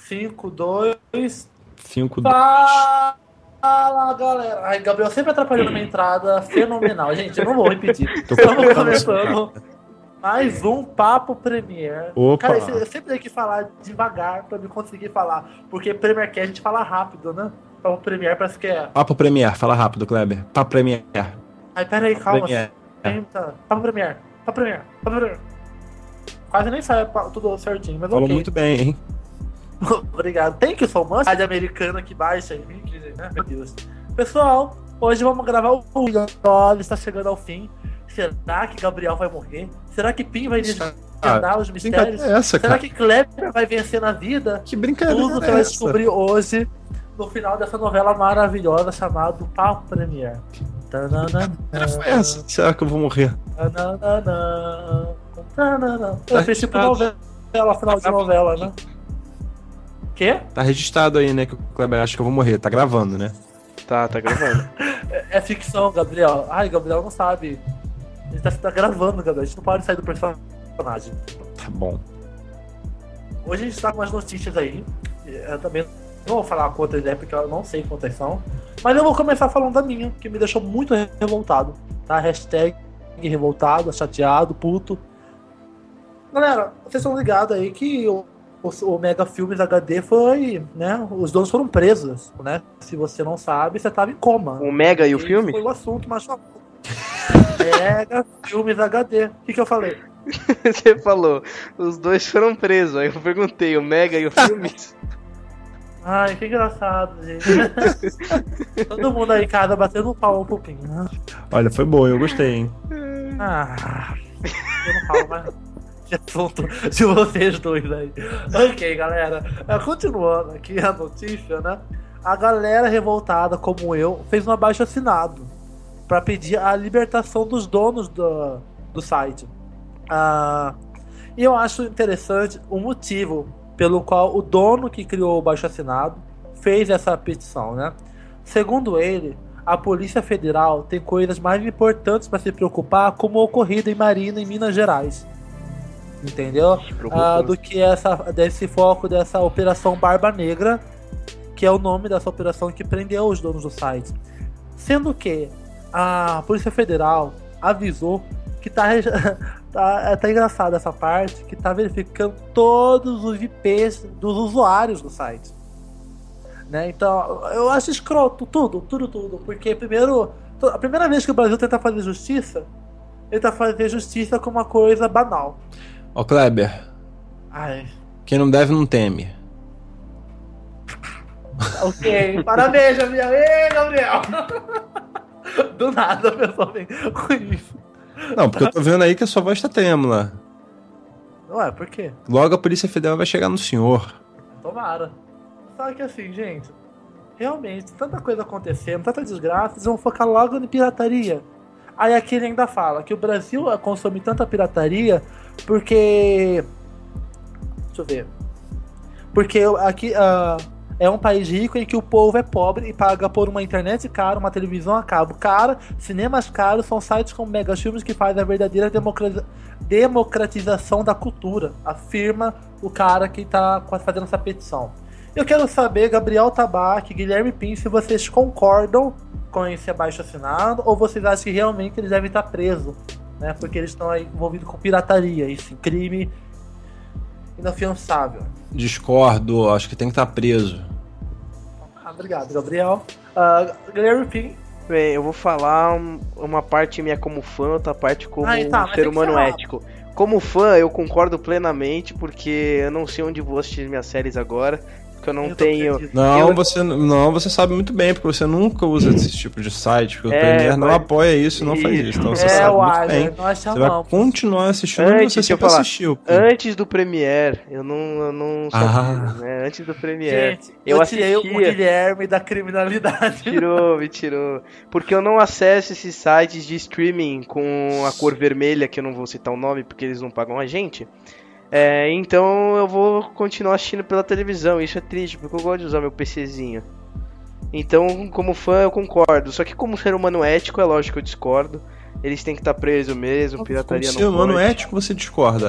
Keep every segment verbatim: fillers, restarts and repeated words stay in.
cinco, dois. cinco, dois. Fala, galera. Ai, Gabriel sempre atrapalhando a minha entrada. Fenomenal. Gente, eu não vou repetir. Tô Estamos começando mais um Papo Premiere. Opa. Cara, eu sempre tenho que falar devagar pra me conseguir falar. Porque Premiere quer a gente fala rápido, né? Papo Premiere parece que é. Papo Premiere, fala rápido, Kleber. Papo Premiere. Ai, pera aí, calma. Premiere. Senta. Papo Premiere. Papo Premiere. Papo Premiere. Quase nem sai tudo certinho, mas Falou ok. muito bem, hein? Obrigado. Thank you so much. Rádio americana que baixa em mim, né? Meu Deus. Pessoal, hoje vamos gravar o Olha, está chegando ao fim. Será que Gabriel vai morrer? Será que Pim vai desvendar os mistérios? É essa, Será cara? que Kleber vai vencer na vida? Que brincadeira Tudo é que vai essa? descobrir hoje no final dessa novela maravilhosa chamada Papo Premiere. Tananana. Era foi essa? Será que eu vou morrer? Tananana. Tananana. Eu fiz tipo novela, final de novela, né? Quê? Tá registrado aí, né? Que o Kleber acha que eu vou morrer. Tá gravando, né? Tá, tá gravando. É, é ficção, Gabriel. Ai, Gabriel não sabe. A gente tá, tá gravando, Gabriel. A gente não pode sair do personagem. Tá bom. Hoje a gente tá com umas notícias aí. Eu também não vou falar quantas é, porque eu não sei quantas são. Mas eu vou começar falando da minha, que me deixou muito revoltado. Tá? Hashtag revoltado, chateado, puto. Galera, vocês estão ligados aí que o, o, o Mega Filmes H D foi, né? Os donos foram presos, né? Se você não sabe, você tava em coma. O Mega e o Esse filme? Foi o assunto, mas Mega Filmes H D. O que, que eu falei? Você falou, os dois foram presos. Aí eu perguntei, o Mega e o filme? Ai, que engraçado, gente. Todo mundo aí em casa batendo um pau um pouquinho. Olha, foi bom, eu gostei, hein? Ah, eu não falo mais de assunto de vocês dois aí. Ok, galera. Continuando aqui a notícia, né? A galera revoltada, como eu, fez um abaixo assinado pra pedir a libertação dos donos do, do site. Ah, e eu acho interessante o motivo pelo qual o dono que criou o abaixo assinado fez essa petição, né? Segundo ele, a Polícia Federal tem coisas mais importantes para se preocupar, como o ocorrido em Marina, em Minas Gerais. Entendeu? Ah, do que essa, desse foco dessa Operação Barba Negra, que é o nome dessa operação que prendeu os donos do site. Sendo que a Polícia Federal avisou que tá, tá, tá engraçado essa parte, que tá verificando todos os I Ps dos usuários do site. Né? Então, eu acho escroto tudo, tudo, tudo. Porque primeiro, a primeira vez que o Brasil tenta fazer justiça, ele tá fazendo justiça com uma coisa banal. Ó, Kleber, Ai. quem não deve não teme. Ok, parabéns, Gabriel. Ei, Gabriel! Do nada a pessoa vem com isso. Não, porque eu tô vendo aí que a sua voz tá trêmula. Ué, por quê? Logo a Polícia Federal vai chegar no senhor. Tomara. Só que assim, gente, realmente, tanta coisa acontecendo, tanta desgraça, eles vão focar logo em pirataria. Aí aqui ele ainda fala que o Brasil consome tanta pirataria porque... Deixa eu ver. Porque aqui uh, é um país rico em que o povo é pobre e paga por uma internet cara, uma televisão a cabo cara, cinemas caros, são sites como Mega Filmes que fazem a verdadeira democratiza- democratização da cultura, afirma o cara que está fazendo essa petição. Eu quero saber, Gabriel Tabac, Guilherme Pin, se vocês concordam com esse abaixo assinado ou vocês acham que realmente eles devem estar presos, né? Porque eles estão aí envolvidos com pirataria, esse crime inafiançável. Discordo, acho que tem que estar preso. Ah, obrigado, Gabriel. Uh, Guilherme Pin. Bem, eu vou falar um- uma parte minha como fã, outra parte como Ai, tá, um mas ser tem que humano ser ético. Como fã, eu concordo plenamente, porque eu não sei onde vou assistir minhas séries agora, porque eu não Eu tô tenho... perdido. Não, Eu- você, não, você sabe muito bem, porque você nunca usa esse tipo de site, porque É, o Premiere não mas- apoia isso e não faz isso. Então você É, sabe o muito Agner, bem. nós Você vai chamamos. continuar assistindo onde Antes, você deixa eu sempre falar. assistiu. Antes do Premiere, eu não, eu não sabia, Ah. né? Antes do Premiere. Gente, eu eu tirei o assistia. Guilherme da criminalidade. Tirou, me tirou. Porque eu não acesso esses sites de streaming com a cor vermelha, que eu não vou citar o nome porque eles não pagam a gente. É, então eu vou continuar assistindo pela televisão. Isso é triste, porque eu gosto de usar meu PCzinho. Então, como fã, eu concordo. Só que como ser humano ético, é lógico que eu discordo. Eles têm que estar presos mesmo, pirataria Como não ser humano pode. ético, você discorda.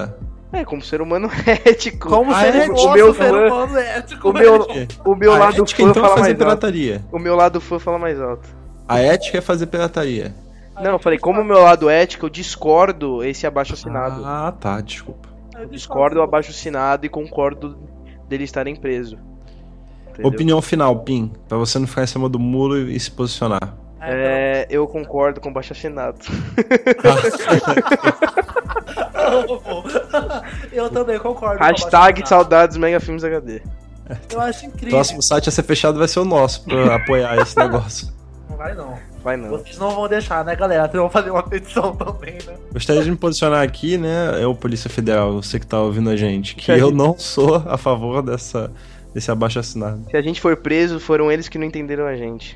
É, como ser humano ético. Como Ah, ser é? humano, O meu ser fã- humano ético. O meu, velho. o meu A lado ética, fã então, é fala fazer mais alto. pirataria. O meu lado fã fala mais alto. A ética é fazer pirataria. Não, eu falei, como o meu lado ético, eu discordo esse abaixo assinado. Ah, tá, desculpa. Eu Discordo do abaixo assinado e concordo dele estarem preso. Entendeu? Opinião final, Pim, pra você não ficar em cima do muro e, e se posicionar. É, eu concordo com o baixo assinado. Eu também concordo. com a Hashtag Baixo saudades Mega Filmes H D. Assinado. Eu acho O incrível. próximo site a ser fechado vai ser o nosso, pra apoiar esse negócio. Não vai não. Vai não. Vocês não vão deixar, né, galera? Vocês vão fazer uma petição também, né? Gostaria de me posicionar aqui, né, eu, Polícia Federal, você que tá ouvindo a gente, que Que a eu gente- não sou a favor dessa, desse abaixo assinado. Se a gente for preso, foram eles que não entenderam a gente.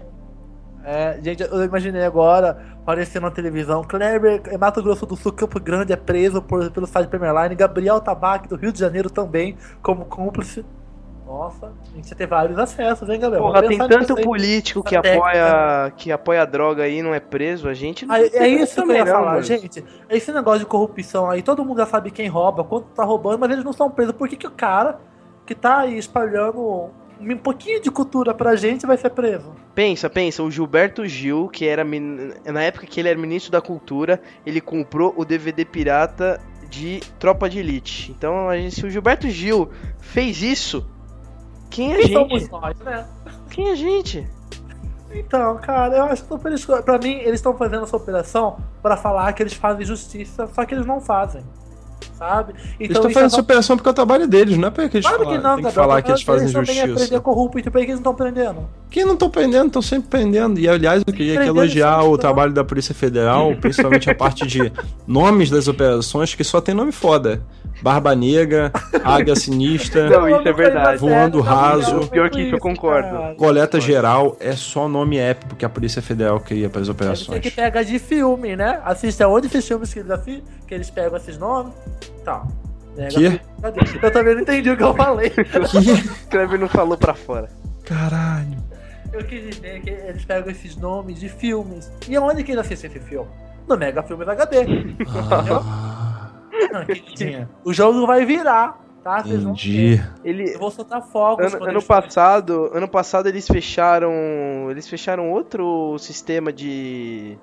É, gente, eu imaginei agora aparecendo na televisão: Kleber, em Mato Grosso do Sul, Campo Grande é preso por, pelo site Premier Line, Gabriel Tabac do Rio de Janeiro também, como cúmplice. Nossa, a gente ia ter vários acessos, hein, galera? Porra, Vamos tem pensar tanto nisso aí. político que Essa técnica. apoia, que apoia a droga aí e não é preso, a gente não Ah, é tem isso que eu também ia não, falar, mano. gente. Esse negócio de corrupção aí, todo mundo já sabe quem rouba, quanto tá roubando, mas eles não são presos. Por que, que o cara que tá aí espalhando um pouquinho de cultura pra gente vai ser preso? Pensa, pensa, o Gilberto Gil, que era min- na época que ele era ministro da Cultura, ele comprou o D V D pirata de Tropa de Elite. Então, a gente, se o Gilberto Gil fez isso, quem é a Quem gente? somos nós, né? Quem é a gente? Então, cara, eu acho super escuro. Pra mim, eles estão fazendo essa operação pra falar que eles fazem justiça, só que eles não fazem. Sabe? Eles Então, estão isso fazendo é essa só- operação porque é o trabalho deles, não é porque eles Claro falam, que não, tem que Gabriel, falar que eles fazem também é justiça. prender corrupto, por que eles não estão prendendo? Que não estão prendendo, estão sempre prendendo. E aliás, eu queria aqui prendendo elogiar sempre o não. trabalho da Polícia Federal, principalmente a parte de nomes das operações, que só tem nome foda. Barba Negra, Águia Sinistra, Não, isso é verdade. Voando raso. Pior que isso, eu concordo. Coleta Geral, é só nome épico que a Polícia Federal cria para as Eles têm operações. que pegar de filme, né? Assiste aonde esses filmes que eles, assi- que eles pegam esses nomes. Tá. Pega Que? filme. Cadê? Eu também não entendi o que eu falei. Que? O Kleber não falou pra fora. Caralho. Eu quis dizer que eles pegam esses nomes de filmes. E aonde que eles assistem esse filme? No Mega Filmes H D. Ah, Não, queridinha. O jogo vai virar, tá? Vocês vão entendi. ver. Ele, Eu vou soltar fogos. ano, quando ano eles- passado, ano passado eles fecharam, eles fecharam outro sistema de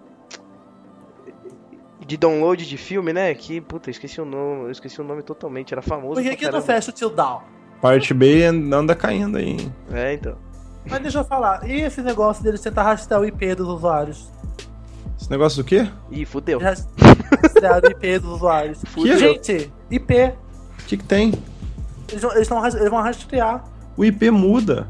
de download de filme, né? Que, puta, eu esqueci o nome, eu esqueci o nome totalmente, era famoso. Por que pra que não caramba. fecha o Till Down? Parte B anda caindo aí, hein? É, então. Mas deixa eu falar. E esse negócio deles tentar rastrear o I P dos usuários? Esse negócio do quê? Ih, fudeu. Eles rastrearam o I P dos usuários. Fudeu. Gente, I P. O que que tem? Eles, vão- eles, tão ras- eles vão rastrear. O I P muda.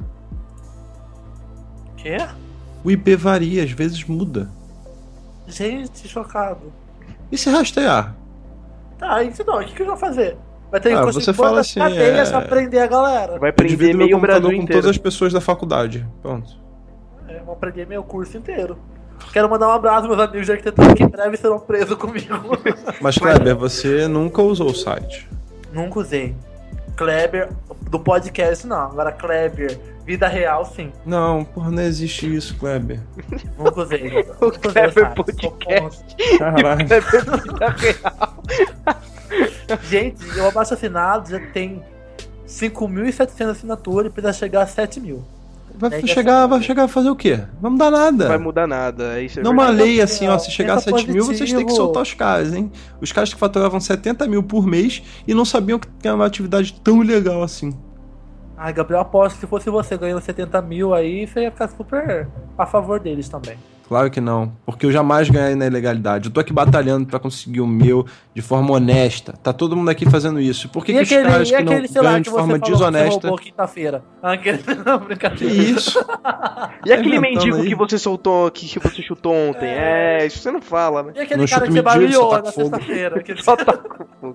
Quê? O I P varia, às vezes muda. Gente, chocado. E se rastrear? Tá, então, o que, que eu vou fazer? Vai ter Ah, que você construir fala quantas assim, cadeias é- pra prender a galera. Vai Eu prender divido meu meio o computador Brasil com inteiro. todas as pessoas da faculdade. Pronto. É, vão prender meu curso inteiro. Quero mandar um abraço, meus amigos de arquitetura, que em breve serão presos comigo. Mas, Kleber, você nunca usou o site. Nunca usei. Kleber, do podcast não. Agora Kleber, vida real sim. Não, porra, não existe isso, Kleber. Nunca usei. Nunca usei Kleber site. Podcast. Caralho. Kleber vida real. Gente, o abaixo assinado já tem cinco mil e setecentas assinaturas e precisa chegar a sete mil. Vai É que chegar, essa- vai chegar a fazer o quê? Vai mudar nada. Não vai mudar nada, é isso é Não, uma verdade. lei assim, ó, se chegar a Pensa sete mil, vocês têm que positivo. soltar os caras, hein? Os caras que faturavam setenta mil por mês e não sabiam que tinha uma atividade tão legal assim. Ai, Gabriel, aposto que se fosse você ganhando setenta mil aí, você ia ficar super a favor deles também. Claro que não, porque eu jamais ganhei na ilegalidade. Eu tô aqui batalhando pra conseguir o meu de forma honesta. Tá todo mundo aqui fazendo isso. Por que, E que aquele, os caras e que não aquele celular ganham que de você forma falou que você desonesta... roubou quinta-feira? Ah, aquele... Não, Que brincadeira. isso? E aquele Tá inventando mendigo aí? que você soltou, que, que você chutou ontem? É... isso você não fala, né? E aquele Não cara chuta que você mentira, barulhou só tá na com fogo. sexta-feira? que- Só tá com fogo.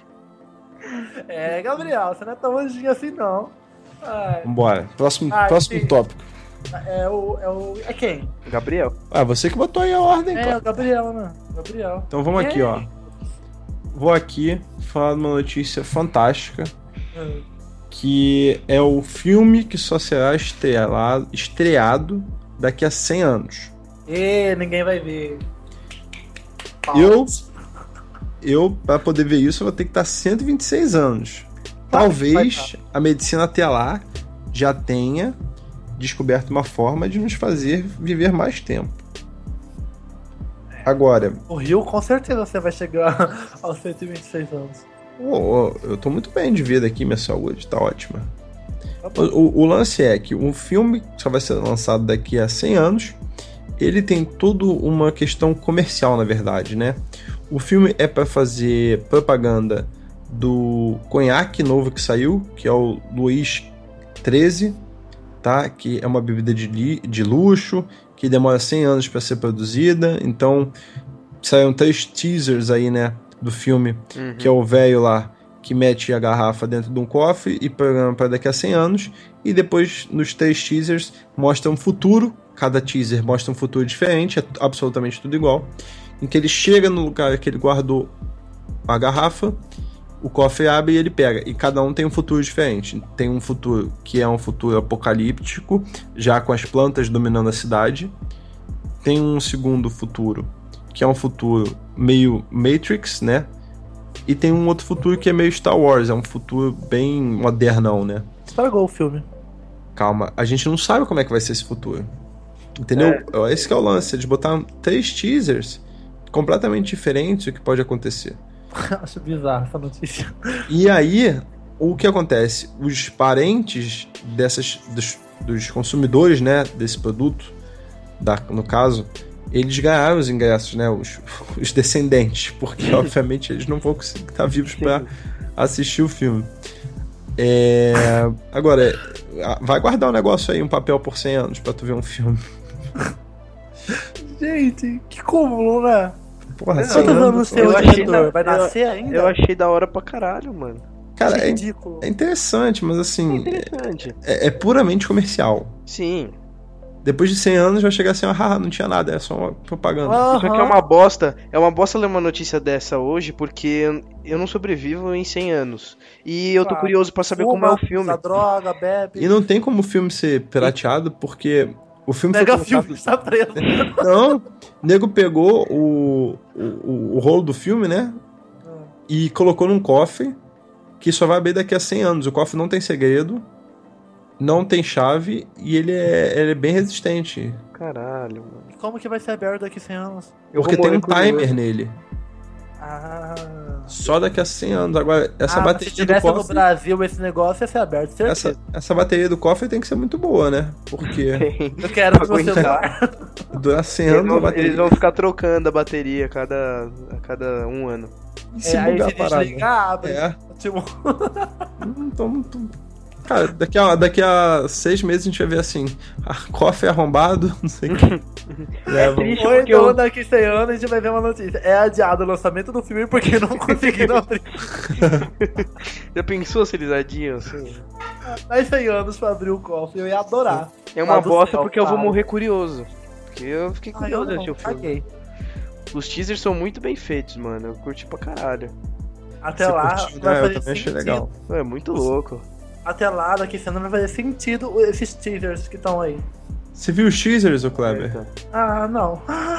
É, Gabriel, você não é tão anjinho assim, não. Ai, Vambora, próximo, Ah, próximo sim. tópico. é o... É o... É quem? Gabriel. Ah, você que botou aí a ordem, É, cara. o Gabriel, né? Gabriel. Então vamos aqui, ó. Vou aqui falar de uma notícia fantástica, Hum. que é o filme que só será estreado, estreado daqui a cem anos. E ninguém vai ver. Eu, eu, pra poder ver isso, eu vou ter que estar cento e vinte e seis anos. Talvez a medicina até lá já tenha descoberto uma forma de nos fazer viver mais tempo. Agora... O Rio, com certeza, você vai chegar aos cento e vinte e seis anos. Oh, oh, eu tô muito bem de vida aqui, minha saúde tá ótima. Tá o, o, o lance é que um filme que só vai ser lançado daqui a cem anos, ele tem tudo uma questão comercial, na verdade, né? O filme é para fazer propaganda do conhaque novo que saiu, que é o Luiz treze, tá? Que é uma bebida de, li, de luxo, que demora cem anos para ser produzida. Então, saíram três teasers aí, né? Do filme, uhum. Que é o velho lá que mete a garrafa dentro de um cofre e programa para daqui a cem anos, e depois nos três teasers mostra um futuro, cada teaser mostra um futuro diferente, é absolutamente tudo igual, em que ele chega no lugar que ele guardou a garrafa, o cofre abre e ele pega, e cada um tem um futuro diferente. Tem um futuro que é um futuro apocalíptico, já com as plantas dominando a cidade. Tem um segundo futuro que é um futuro meio Matrix, né? E tem um outro futuro que é meio Star Wars, é um futuro bem modernão, né? Estragou o filme. Calma, a gente não sabe como é que vai ser esse futuro. Entendeu? É. Esse que é o lance, eles botaram três teasers completamente diferentes do que pode acontecer. Acho bizarro essa notícia. E aí, o que acontece? Os parentes dessas, dos, dos consumidores, né, desse produto, da, no caso... eles ganharam os ingressos, né? Os, os descendentes, porque obviamente eles não vão conseguir estar vivos para assistir o filme. É... Agora, vai guardar um negócio aí, um papel por cem anos pra tu ver um filme. Gente, que cúmulo, né? Porra, quantos anos tem o diretor? Vai nascer ainda? Eu achei da hora pra caralho, mano. Cara, é, ridículo. É interessante, mas assim, é, interessante. É, é puramente comercial. Sim. Depois de cem anos vai chegar assim, ah, não tinha nada, é só uma propaganda. Uhum. Isso aqui é uma bosta. É uma bosta ler uma notícia dessa hoje, porque eu não sobrevivo em cem anos. E eu tô ah, curioso pra saber fuma, como é o filme. Usa droga, bebe. E não tem como o filme ser pirateado, porque o filme Mega foi filme, está preso. Não, o nego pegou o, o, o rolo do filme, né? Hum. E colocou num cofre que só vai abrir daqui a cem anos. O cofre não tem segredo. Não tem chave e ele é, ele é bem resistente. Caralho, mano. Como que vai ser aberto daqui a cem anos? Porque tem um timer nele. Ah. Só daqui a cem anos. Agora, essa ah, bateria se tivesse do cofre... no Brasil esse negócio ia ser aberto, certeza. Essa, essa bateria do cofre tem que ser muito boa, né? Porque... Eu quero pro meu celular. Durar cem anos vão, a bateria. Eles vão ficar trocando a bateria a cada, a cada um ano. E se é, bugar aí a parada? Desligar, abre. É. Tipo... Então, então... Cara, daqui a, daqui a seis meses a gente vai ver assim, a cofre arrombado, não sei o que. É triste, ou então eu... daqui a cem anos a gente vai ver uma notícia. É adiado o lançamento do filme porque não conseguiram abrir. Já pensou se eles adiam assim? Mais cem anos pra abrir o cofre, eu ia adorar. É uma bosta porque eu vou morrer curioso. Porque eu fiquei curioso de assistir o filme. Caguei. Os teasers são muito bem feitos, mano. Eu curti pra caralho. Até Você lá, curtiu, vai né? fazer Eu também achei sentido. legal. É muito louco. Até lá, daqui a cem anos vai fazer sentido esses teasers que estão aí. Você viu os teasers, ô Kleber? Então. Ah, não.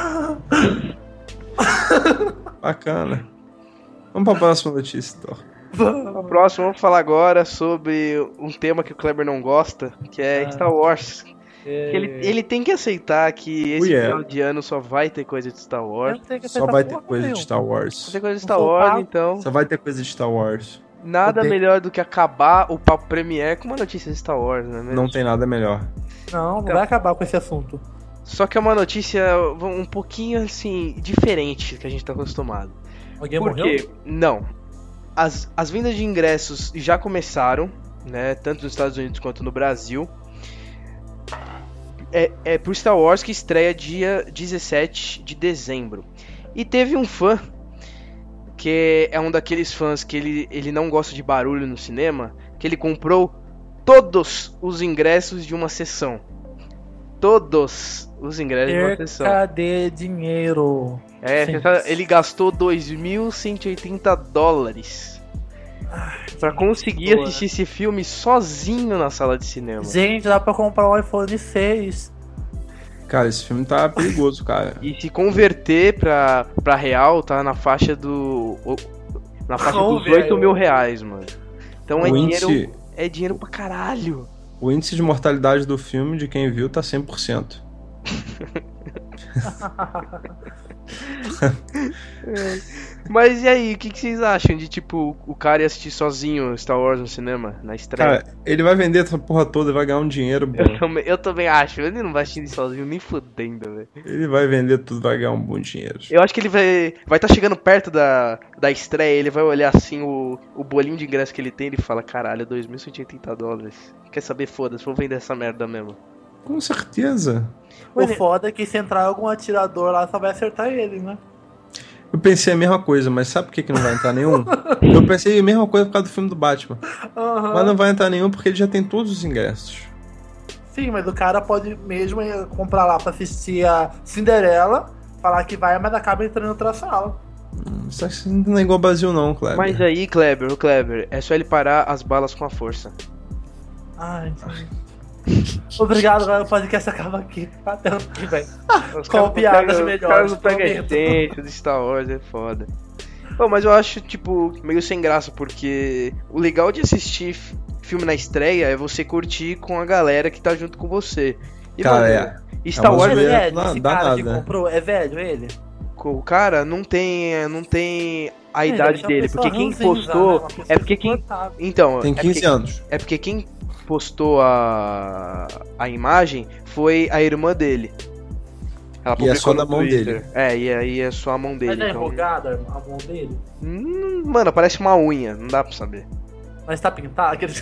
Bacana. Vamos pra próxima notícia, então. A próxima, vamos falar agora sobre um tema que o Kleber não gosta, que é ah. Star Wars. É... Que ele, ele tem que aceitar que esse Ui, é. final de ano só vai ter coisa de Star Wars. Só vai ter coisa de Star Wars. Só vai ter coisa de Star Wars, então. Só vai ter coisa de Star Wars. Nada Odeio. melhor do que acabar o papo Premiere com uma notícia de Star Wars, né? Não tem nada melhor. Não, não então, vai acabar com esse assunto. Só que é uma notícia um pouquinho, assim, diferente que a gente tá acostumado. Alguém Por morreu? quê? Não. As, as vendas de ingressos já começaram, né? Tanto nos Estados Unidos quanto no Brasil. É, é pro Star Wars, que estreia dia dezessete de dezembro. E teve um fã, que é um daqueles fãs que ele, ele não gosta de barulho no cinema, que ele comprou todos os ingressos de uma sessão. Todos os ingressos de uma sessão. Cadê dinheiro? É, Sim. ele gastou dois mil cento e oitenta dólares Ai, pra conseguir boa. assistir esse filme sozinho na sala de cinema. Gente, dá pra comprar um iPhone seis. Cara, esse filme tá perigoso, cara. E se converter pra, pra real, tá na faixa do... Na faixa Oh, dos velho. oito mil reais, mano. Então é O dinheiro, índice- é dinheiro pra caralho. O índice de mortalidade do filme, de quem viu, tá cem por cento. Mas e aí, o que, que vocês acham de, tipo, o cara ir assistir sozinho Star Wars no cinema, na estreia? Cara, ele vai vender essa porra toda e vai ganhar um dinheiro bom. eu, também, eu também acho, ele não vai assistir sozinho, nem fudendo, velho. Ele vai vender tudo, vai ganhar um bom dinheiro. Eu acho que ele vai vai tá chegando perto da, da estreia, ele vai olhar assim o, o bolinho de ingresso que ele tem e ele fala, caralho, dois mil cento e oitenta dólares. Quer saber, foda-se, vou vender essa merda mesmo. Com certeza. O foda é que se entrar algum atirador lá, só vai acertar ele, né? Eu pensei a mesma coisa, mas sabe por que, que não vai entrar nenhum? Eu pensei a mesma coisa por causa do filme do Batman. Aham. Mas não vai entrar nenhum porque ele já tem todos os ingressos. Sim, mas o cara pode mesmo comprar lá pra assistir a Cinderela, falar que vai, mas acaba entrando em outra sala. Isso assim não é igual ao Brasil não, Kleber. Mas aí, Kleber, o Kleber, é só ele parar as balas com a força. Ai, gente. Obrigado, galera. O podcast acaba aqui. Até ano que vem. Os Com piadas Os melhores, caras não pegam a prometo. essência do Star Wars, é foda. Bom, mas eu acho, tipo, meio sem graça, porque o legal de assistir f- filme na estreia é você curtir com a galera que tá junto com você. E, Cara, mano, é. e Star uma Wars, Ele é zoeira. velho, Não, esse dá cara que nada. comprou, é velho ele? o cara não tem, não tem a Ele idade deve ser uma dele, pessoa porque quem ranzinza, né? postou, Uma pessoa é porque quem, insuportável. então, Tem é quinze porque- anos. É porque quem postou a, a imagem foi a irmã dele. Ela E é publicou só no da mão Twitter. dele. É, e aí é só a mão dele. Mas é então- enrugada a mão dele? Hum, Mano, parece uma unha, não dá pra saber. Mas tá pintado? Aqueles...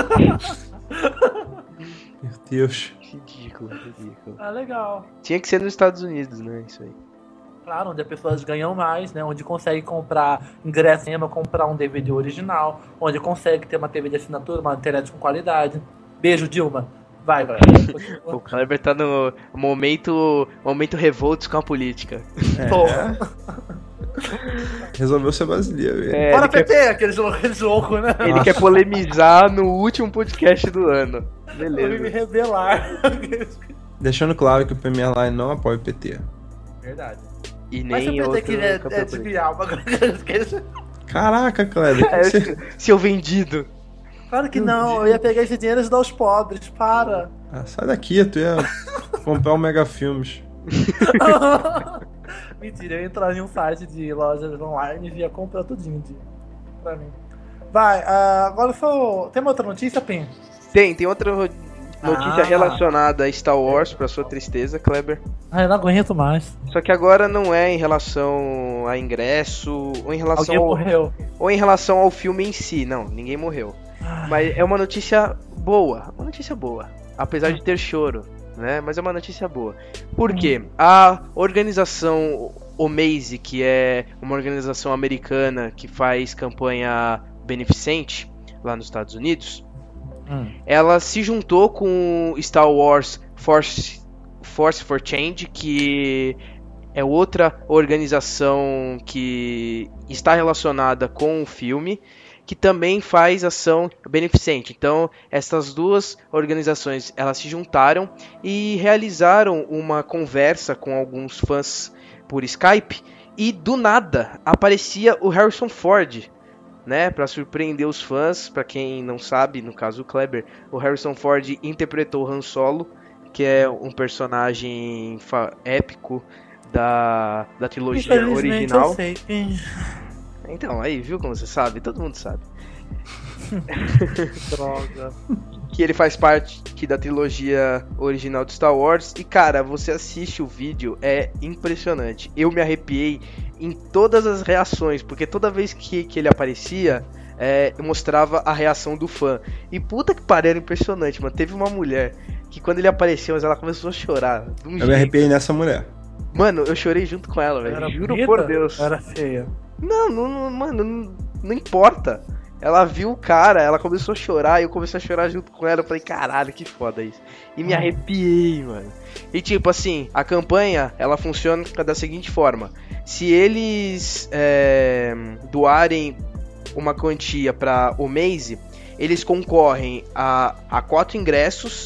Meu Deus. Ridículo, ridículo. ah, legal. Tinha que ser nos Estados Unidos, né? Isso aí. Claro, onde as pessoas ganham mais, né? Onde consegue comprar ingresso no cinema, comprar um D V D original, onde consegue ter uma T V de assinatura, uma internet com qualidade. Beijo, Dilma. Vai, galera. O Kleber tá no momento, momento revoltos com a política. Porra. Resolveu ser brasileiro. ele. É, Bora, ele, quer, P T, aqueles lou- aqueles loucos, né? ele quer polemizar no último podcast do ano. Eu vim me Beleza. rebelar. Deixando claro que o Premier Line não apoia o P T. Verdade. E Mas se nem o P T outro quiser campeão é, político. desviar uma coisa. Caraca, Kleber. É, você- seu vendido. Claro que não, eu ia pegar esse dinheiro e dar aos pobres, para. Ah, sai daqui, tu ia comprar um Mega Filmes. Mentira, eu ia entrar em um site de lojas online e ia comprar tudinho de... pra mim. Vai, ah, agora só. Tem uma outra notícia, Pim? Tem, tem outra ro- notícia Ah. relacionada a Star Wars, pra sua tristeza, Kleber. Ah, eu não aguento mais. Só que agora não é em relação a ingresso ou em relação Alguém ao, morreu. ou em relação ao filme em si. Não, ninguém morreu. Mas é uma notícia boa, uma notícia boa, apesar de ter choro, né? Mas é uma notícia boa. Por quê? A organização Omaze, que é uma organização americana que faz campanha beneficente lá nos Estados Unidos, Hum. ela se juntou com Star Wars Force, Force for Change, que é outra organização que está relacionada com o filme, que também faz ação beneficente. Então, essas duas organizações, elas se juntaram e realizaram uma conversa com alguns fãs por Skype, e do nada aparecia o Harrison Ford, né, para surpreender os fãs. Para quem não sabe, no caso o Kleber, o Harrison Ford interpretou Han Solo, que é um personagem fa- épico da, da trilogia Infelizmente, original. eu sei, Pim. Então, aí, viu como você sabe? Todo mundo sabe. Droga. Que ele faz parte aqui da trilogia original de Star Wars. E, cara, você assiste o vídeo, é impressionante. Eu me arrepiei em todas as reações, porque toda vez que, que ele aparecia, é, mostrava a reação do fã. E puta que pariu, era impressionante, mano. Teve uma mulher que quando ele apareceu, mas ela começou a chorar. De um Eu jeito. me arrepiei nessa mulher. Mano, eu chorei junto com ela, Era velho. Juro bonita? por Deus. Era feia. Não, não, não, mano, não, não importa. Ela viu o cara, ela começou a chorar e eu comecei a chorar junto com ela. Eu falei, caralho, que foda isso. E me arrepiei, mano. E tipo assim, a campanha, ela funciona da seguinte forma. Se eles é, doarem uma quantia pra Omaze, eles concorrem a, a quatro ingressos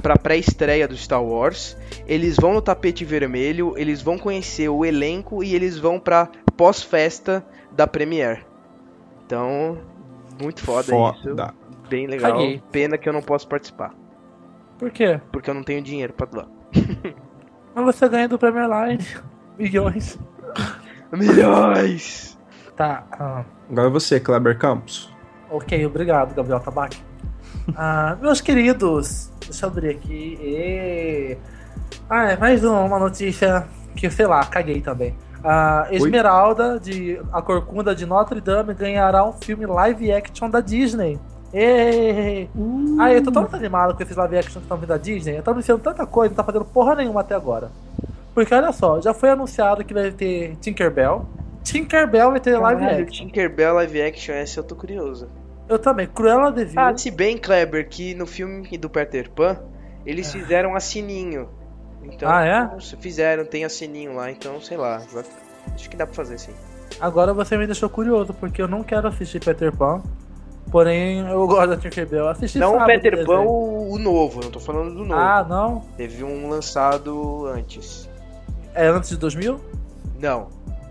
pra pré-estreia do Star Wars, eles vão no tapete vermelho, eles vão conhecer o elenco e eles vão pra pós-festa da Premiere. Então, muito foda, Foda. isso. Bem legal. Caguei. Pena que eu não posso participar, Por quê? porque eu não tenho dinheiro pra doar. Mas você ganha do Premier Line milhões. Milhões! Tá, ah, Agora você, Kleber Campos. ok, obrigado, Gabriel Tabac. Ah, meus queridos, deixa eu abrir aqui. E... Ah, é mais uma notícia que, sei lá, caguei também. A Esmeralda, de A Corcunda de Notre Dame, ganhará um filme live action da Disney. E... Uh. Ah, eu tô tão animado com esses live action que estão vindo da Disney. Eu tô anunciando tanta coisa, não tá fazendo porra nenhuma até agora. Porque olha só, já foi anunciado que vai ter Tinkerbell. Tinkerbell vai ter live Caralho, action. Tinkerbell live action, essa eu tô curioso. Eu também, Cruella de Vil. Ah, se bem, Kleber, que no filme do Peter Pan, eles fizeram a Sininho. Então, Ah, é? fizeram, tem a Sininho lá, então, sei lá. Acho que dá pra fazer sim. Agora você me deixou curioso, porque eu não quero assistir Peter Pan. Porém, eu gosto da Tinkerbell. Eu assisti Não o sábado Peter desenho. Pan, o, o novo, não tô falando do novo. Ah, não? Teve um lançado antes. É antes de dois mil? Não.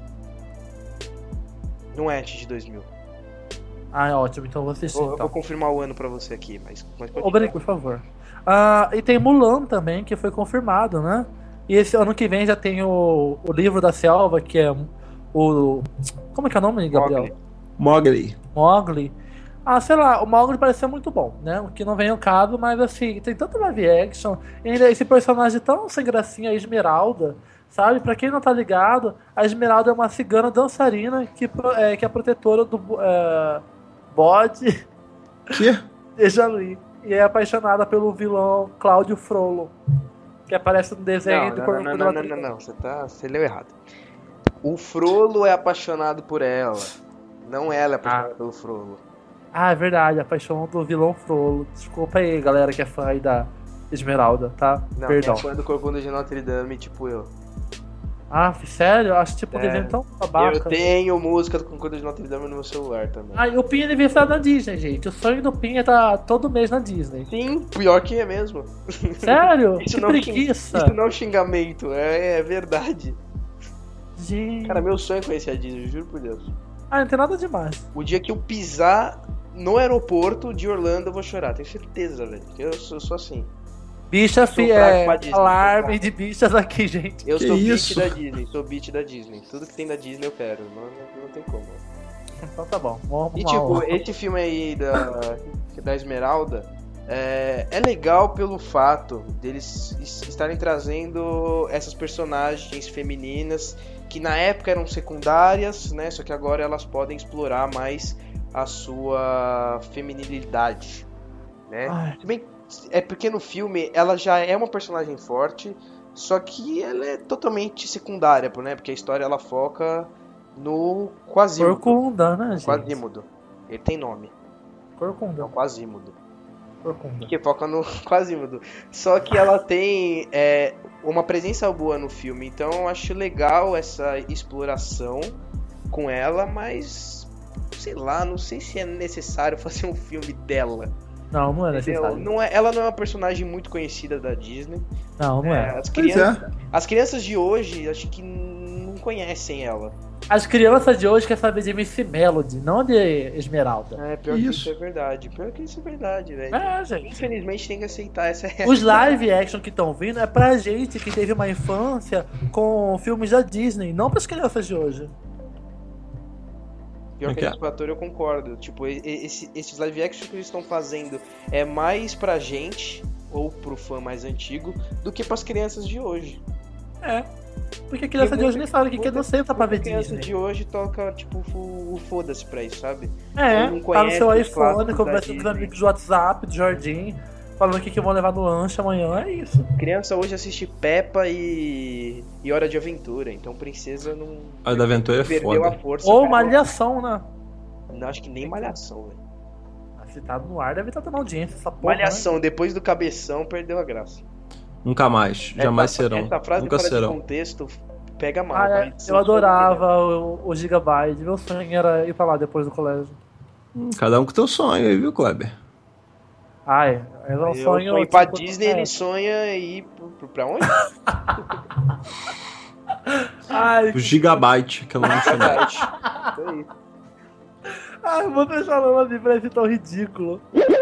Não é antes de dois mil. Ah, é ótimo, então eu vou assistir. Vou, eu então. vou confirmar o ano pra você aqui, mas... mas pode Obrigado, por favor. Ah, e tem Mulan também, que foi confirmado, né? E esse ano que vem já tem o, o livro da selva, que é o... Como é que é o nome, Gabriel? Mowgli. Mowgli. Ah, sei lá, o Mowgli parece ser muito bom, né? O que não vem ao caso, mas assim, tem tanto live action, e ainda esse personagem tão sem gracinha, a Esmeralda, sabe? Pra quem não tá ligado, a Esmeralda é uma cigana dançarina que, pro- é, que é protetora do é, bode Que? de Jaluí. E é apaixonada pelo vilão Cláudio Frollo, que aparece no desenho Não, do não, Corcunda não, de não, Notre não, não, Dame. não, você, tá, você leu errado. O Frollo é apaixonado por ela. Não ela é apaixonada pelo Frollo. Ah, é verdade, a paixão do vilão Frollo. Desculpa aí, galera que é fã aí da Esmeralda, tá? Não, Perdão. é fã do Corcunda de Notre Dame, tipo eu. Ah, sério? Eu acho tipo um É. desenho tão babaca. Eu tenho música do Corcunda de Notre Dame no meu celular também. Ah, e o Pin é aniversário da Disney, gente. O sonho do Pin é estar todo mês na Disney. Sim, pior que é mesmo. Sério? Isso que não, preguiça. Isso não é um xingamento, é, é verdade. Gente. Cara, meu sonho é conhecer a Disney, juro por Deus. Ah, não tem nada demais. O dia que eu pisar no aeroporto de Orlando, eu vou chorar, tenho certeza, velho. Eu sou, eu sou assim. Bicha Sou fi, fraco é pra Disney, alarme sou de bichas aqui, gente. Eu Que sou isso? beat da Disney, sou beat da Disney. Tudo que tem da Disney eu quero, não, não, não tem como. Então tá bom. Vamos E arrumar tipo, um- esse filme aí da, da Esmeralda é, é legal pelo fato deles es- estarem trazendo essas personagens femininas que na época eram secundárias, né? Só que agora elas podem explorar mais a sua feminilidade, né? Ai. Se bem, é porque no filme ela já é uma personagem forte, só que ela é totalmente secundária, né? Porque a história ela foca no Quasimodo. Corcunda, né, gente? Quasimodo. Ele tem nome. É Corcunda. o Quasimodo. Corcunda. Que foca no Quasimodo. Só que ela tem é, uma presença boa no filme. Então eu acho legal essa exploração com ela, mas sei lá, não sei se é necessário fazer um filme dela. Não, não é Entendeu? necessário. Não é, ela não é uma personagem muito conhecida da Disney. Não, não É, é. as, Pois crianças, é. as crianças de hoje acho que não conhecem ela. As crianças de hoje querem saber de Missy Melody, não de Esmeralda. É, pior que Isso. isso é verdade. Pior que isso é verdade, velho. É, gente. Infelizmente tem que aceitar essa Os live action que estão vindo é pra gente que teve uma infância com filmes da Disney, não pras crianças de hoje. Pior que Ok. esse fator eu concordo. Tipo, e- e- esse- esses live action que eles estão fazendo é mais pra gente, ou pro fã mais antigo, do que pras crianças de hoje. É. Porque a criança de hoje nem sabe o que que é docenta pra ver A criança Disney. de hoje toca, tipo, o o foda-se pra isso, sabe? É, Ele não tá no seu conhece os iPhone, clássicos conversa da com os Disney. amigos do WhatsApp, do Jardim, falando o que, que vão levar no lanche amanhã, é isso. Criança hoje assiste Peppa e, e Hora de Aventura, então Princesa não. A da Aventura é Perdeu a foda. força. Ou cara. Malhação, né? Não, acho que nem Malhação, velho. Se tá no ar, deve estar dando audiência essa porra. Malhação, depois do cabeção, perdeu a graça. Nunca mais. Jamais essa, serão. Essa frase Nunca fora de serão. contexto pega mal. Né? Ah, é, mas eu adorava o, o Gigabyte. Meu sonho era ir pra lá depois do colégio. Hum, Cada um com teu sonho aí, viu, Kleber? Ai, é um Eu sonho. sonho ir pra tipo, Disney, é. ele sonha ir pro, pra onde? Ai, O Gigabyte, aquela lanchonete. Isso aí. ai, vou deixar o nome parece tão ridículo.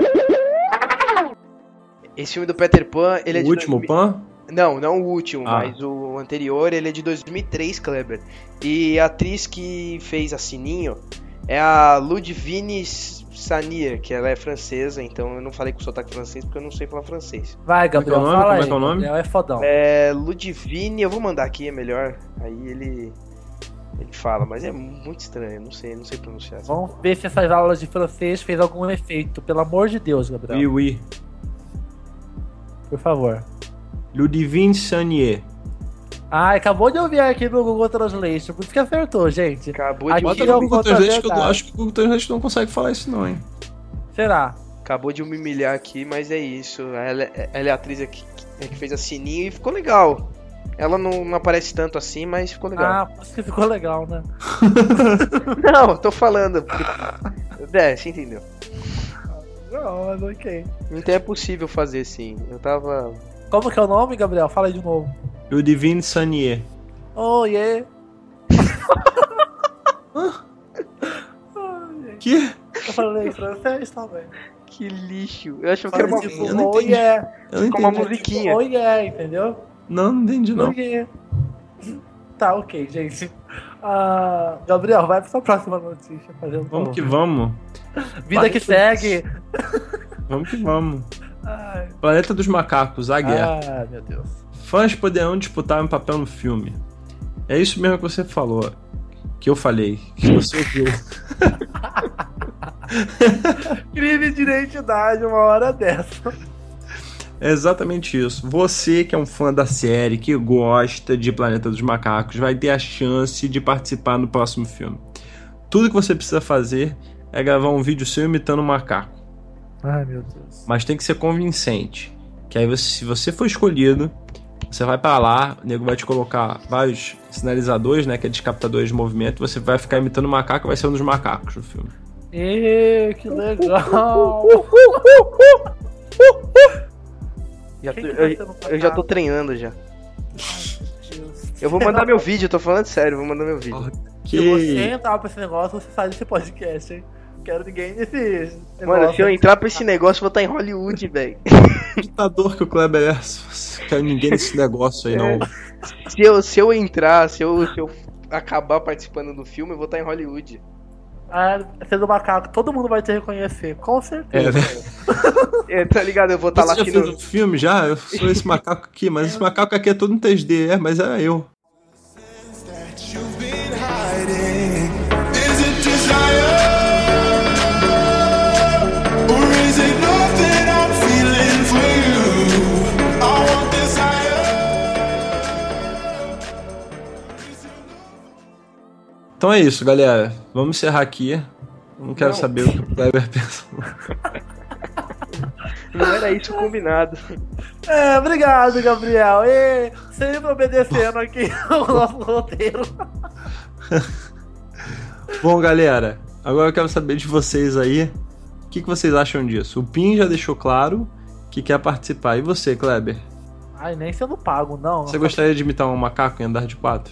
Esse filme do Peter Pan, ele é O de último dois mil Pan? Não, não o último, Ah. mas o anterior, ele é de dois mil e três, Kleber. E a atriz que fez a Sininho é a Ludivine Sanier, que ela é francesa, então eu não falei com sotaque francês porque eu não sei falar francês. Vai, Gabriel, Como é que é o nome? fala Como é aí. que é o nome? Gabriel é fodão. É Ludivine, eu vou mandar aqui, é melhor. Aí ele ele fala, mas é muito estranho, não sei, não sei pronunciar. Vamos ver se essas aulas de francês fez algum efeito. Pelo amor de Deus, Gabriel. Oui, oui. Por favor. Ludivine Sanier. Ai, acabou de ouvir aqui no Google Translation. Por isso que acertou, gente. Acabou de, Aqui Bota eu no vou Google botar Translate que eu verdade. acho que o Google Translate não consegue falar isso não, hein? Será? acabou de me humilhar aqui, mas é isso. Ela, ela é a atriz aqui que, que fez a Sininho e ficou legal. Ela não, não aparece tanto assim, mas ficou legal. Ah, por isso que ficou legal, né? Não, tô falando. Porque... É, você entendeu. Não, mas ok. Então é possível fazer sim. Eu tava. Como que é o nome, Gabriel? Fala aí de novo. Ludivine Sanier. Oh, yeah. Que? Eu falei francês também. Que lixo. Eu achava que era Falei uma, tipo, eu não oh, entendi. yeah. Eu não com uma entendi. musiquinha. Oh, yeah, entendeu? Não, não entendi não. Oh, yeah. Tá, ok, gente. Ah, Gabriel, vai pra sua próxima notícia. Fazendo Vamos que vamos. Vida que segue. Vamos que vamos. Ai, Planeta dos Macacos, a guerra. ah, meu Deus. Fãs poderão disputar um papel no filme. É isso mesmo que você falou. Que eu falei. Que você ouviu. Crime de identidade uma hora dessa. É exatamente isso. Você que é um fã da série, que gosta de Planeta dos Macacos, vai ter a chance de participar no próximo filme. Tudo que você precisa fazer é gravar um vídeo seu imitando um macaco. Ai, meu Deus. Mas tem que ser convincente. Que aí, você, se você for escolhido, você vai pra lá, o nego vai te colocar vários sinalizadores, né, que é descaptadores de movimento, você vai ficar imitando um macaco e vai ser um dos macacos no filme. Ê, que legal. Já tô- Quem que vai eu, ser no eu já tô macaco? treinando já. Ai, meu Deus. Eu vou mandar meu vídeo, eu tô falando sério, vou mandar meu vídeo. Se você Que... entrar pra esse negócio, você sai desse podcast, hein? Quero ninguém nesse. Mano, negócio se eu aí. entrar pra esse negócio, eu vou estar em Hollywood, velho. ditador que o Kleber é. Não quero ninguém nesse negócio aí, não. Se eu, se eu entrar, se eu, se eu acabar participando do filme, eu vou estar em Hollywood. Ah, sendo macaco, todo mundo vai te reconhecer, com É, certeza. né? É, tá ligado? Eu vou estar Você lá já aqui fez no... um filme já? Eu sou esse macaco aqui, mas esse macaco aqui é todo em três D, é, mas é eu. that you've been hiding. Is it desire? Or is it love that I'm feeling for you? I want desire. Então é isso, galera. Vamos encerrar aqui. Eu não quero Não. saber o que o Kleber pensa. Não era isso combinado. É, obrigado, Gabriel. E sempre obedecendo aqui o nosso roteiro. Bom, galera, agora eu quero saber de vocês aí. O que, que vocês acham disso? O Pim já deixou claro que quer participar. E você, Kleber? Ai, nem sendo pago, não. Você gostaria de imitar um macaco em andar de quatro?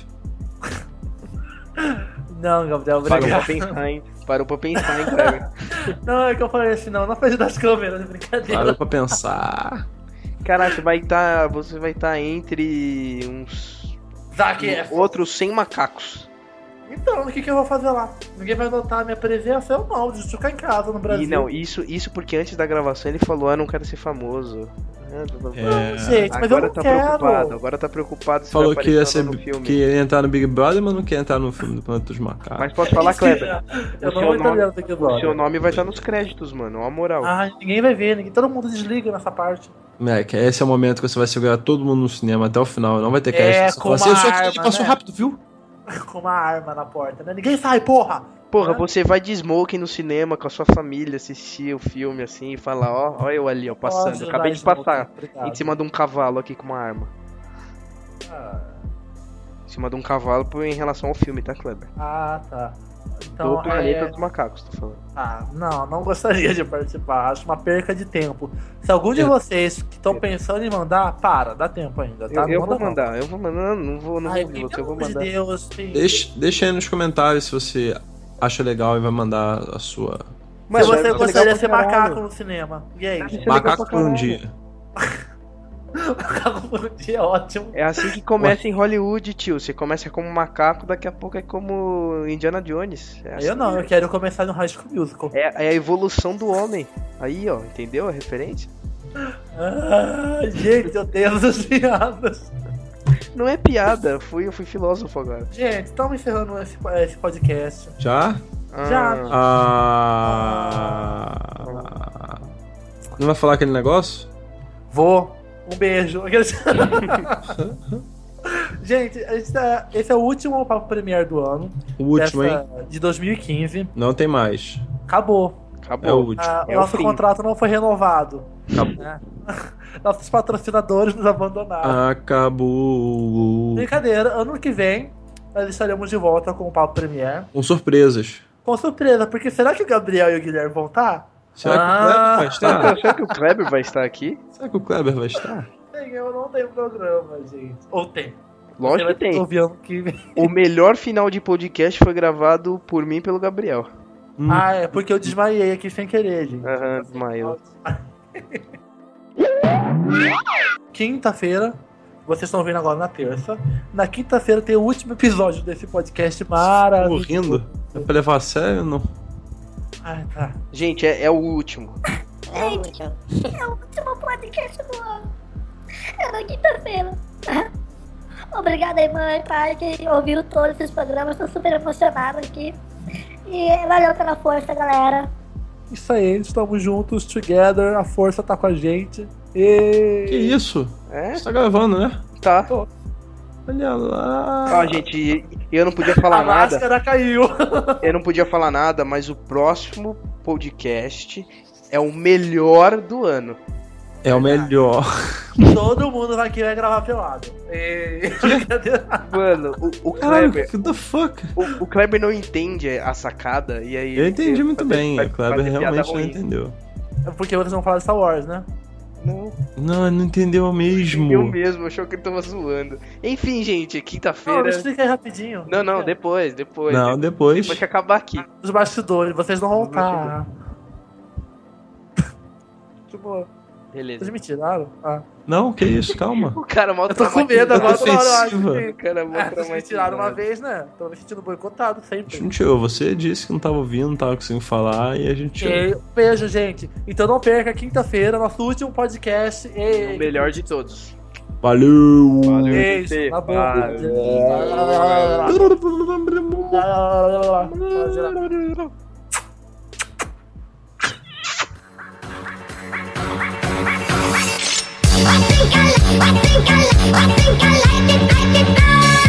Não, Gabriel, Parou pra obrigado. pensar, hein? Parou pra pensar, hein, cara. Não, é que eu falei assim, não, na frente das câmeras, brincadeira. Parou pra pensar. Caraca, vai estar, você vai estar entre uns Zac Efron. outros cem macacos. Então, o que, que eu vou fazer lá? Ninguém vai notar a minha presença, eu não, deixa eu ficar em casa no Brasil. E não, isso, isso porque antes da gravação ele falou, ah, não quero ser famoso. É, Gente, mas agora eu não tá quero. preocupado, agora tá preocupado se falou vai que ia, aparecer ser, no filme. que ia entrar no Big Brother, mas não quer entrar no filme do Planeta dos Macacos. Mas posso falar, Kleber? Eu O não seu vou entender nome- no Big O Brother. seu nome vai estar nos créditos, mano, ó a moral. Ah, ninguém vai ver, ninguém, todo mundo desliga nessa parte. Moleque, esse é o momento que você vai segurar todo mundo no cinema até o final. Não vai ter É, cast. Você com fala assim, uma eu só aqui, arma, passou né? rápido, viu? Com uma arma na porta, né? Ninguém sai, porra! Porra, Ah. você vai de smoking no cinema com a sua família, assistir o filme assim e falar, ó, ó eu ali, ó, passando. Posso Eu acabei de ajudar passar isso, obrigado. em cima de um cavalo aqui com uma arma. Ah, Em cima de um cavalo por- em relação ao filme, tá, Kleber? Ah, tá. Então, Do planeta é... dos macacos, tô falando. Ah, não, não gostaria de participar. Acho uma perca de tempo. Se algum de É. vocês que estão pensando em mandar, para, dá tempo ainda, tá? Eu, eu Não vou manda, não. mandar, eu vou mandar, não vou, não Ai, vou ouvir você, eu pelo vou amor de mandar. Deus, tem... Deixa, deixa aí nos comentários se você acha legal e vai mandar a sua. Se Mano, você deve ser gostaria legal de ser pra caralho. macaco no cinema. E aí? Deve ser legal Macaco pra por um caralho. dia. Macaco por um dia é ótimo. É assim que começa em Hollywood, tio. Você começa como macaco, daqui a pouco é como Indiana Jones. É assim. Eu não, eu quero começar no High School Musical. É, é a evolução do homem. Aí, ó, entendeu a referência? Ah, gente, eu tenho essas piadas. Não é piada, eu fui, eu fui filósofo agora. Gente, estamos encerrando esse, esse podcast. Já? Já. Ah, Ah. Não vai falar aquele negócio? Vou. Um beijo. Gente, a gente tá- esse é o último Papo Premier do ano. O último, dessa- hein? De dois mil e quinze. Não tem mais. Acabou. acabou. É o último. Ah, É o o nosso fim. contrato não foi renovado. Acabou. Né? Nossos patrocinadores nos abandonaram. Acabou. Brincadeira, ano que vem nós estaremos de volta com o Papo Premier. Com surpresas. Com surpresa, porque será que o Gabriel e o Guilherme vão estar? Será que o Kleber vai estar? Será, será que o Kleber vai estar aqui? Será que o Kleber vai estar? Tem, eu não tenho programa, gente. Ou tem. Você Lógico vai que ter tem. ouvir ano que vem. O melhor final de podcast foi gravado por mim e pelo Gabriel. Hum. Ah, é porque eu desmaiei aqui sem querer, gente. Aham, desmaiou. Quinta-feira, vocês estão vendo agora na terça. Na quinta-feira tem o último episódio desse podcast maravilhoso. Morrendo? É pra levar a sério ou não? Ai, tá. Gente, é, é o último. Gente, é o último podcast do ano. É na quinta-feira. Obrigada aí, mãe e pai, que ouviram todos esses programas. Tô super emocionada aqui. E valeu pela força, galera. Isso aí, estamos juntos, together, a força tá com a gente. E... Que isso? É? Você tá gravando, né? Tá. Olha lá. Ó, gente, eu não podia falar A nada. máscara caiu. Eu não podia falar nada, mas o próximo podcast é o melhor do ano. É o melhor. Todo mundo vai querer gravar pelado. E... Mano, o, o Caralho, Kleber. what the fuck? O, o Kleber não entende a sacada e aí. Eu entendi ele muito fazer- bem. vai- O Kleber fazer piada realmente não ruim. entendeu. Porque vocês vão falar de Star Wars, né? Não, Não, não entendeu mesmo. eu mesmo, achou que ele tava zoando. Enfim, gente, Não, quinta-feira. explica aí rapidinho. Não, não, depois, depois. Não, depois. Depois que acabar aqui. Os bastidores, vocês não vão Os estar. Tipo, Beleza. vocês me tiraram? Ah. Não, que isso, calma. O cara mal Eu tô com medo agora, toda hora eu acho Ofensiva. que... O cara mal É, vocês me tiraram uma traumatizado. vez, né? Tô me sentindo boicotado A gente sempre. não tirou. Você disse que não tava ouvindo, não tava conseguindo falar e a gente tirou. E, beijo, gente. Então não perca quinta-feira, nosso último podcast. E... O melhor de todos. Valeu! Valeu. Beijo, Valeu. na boca. Valeu. I think I like, I think I like, I think I like it, like it now.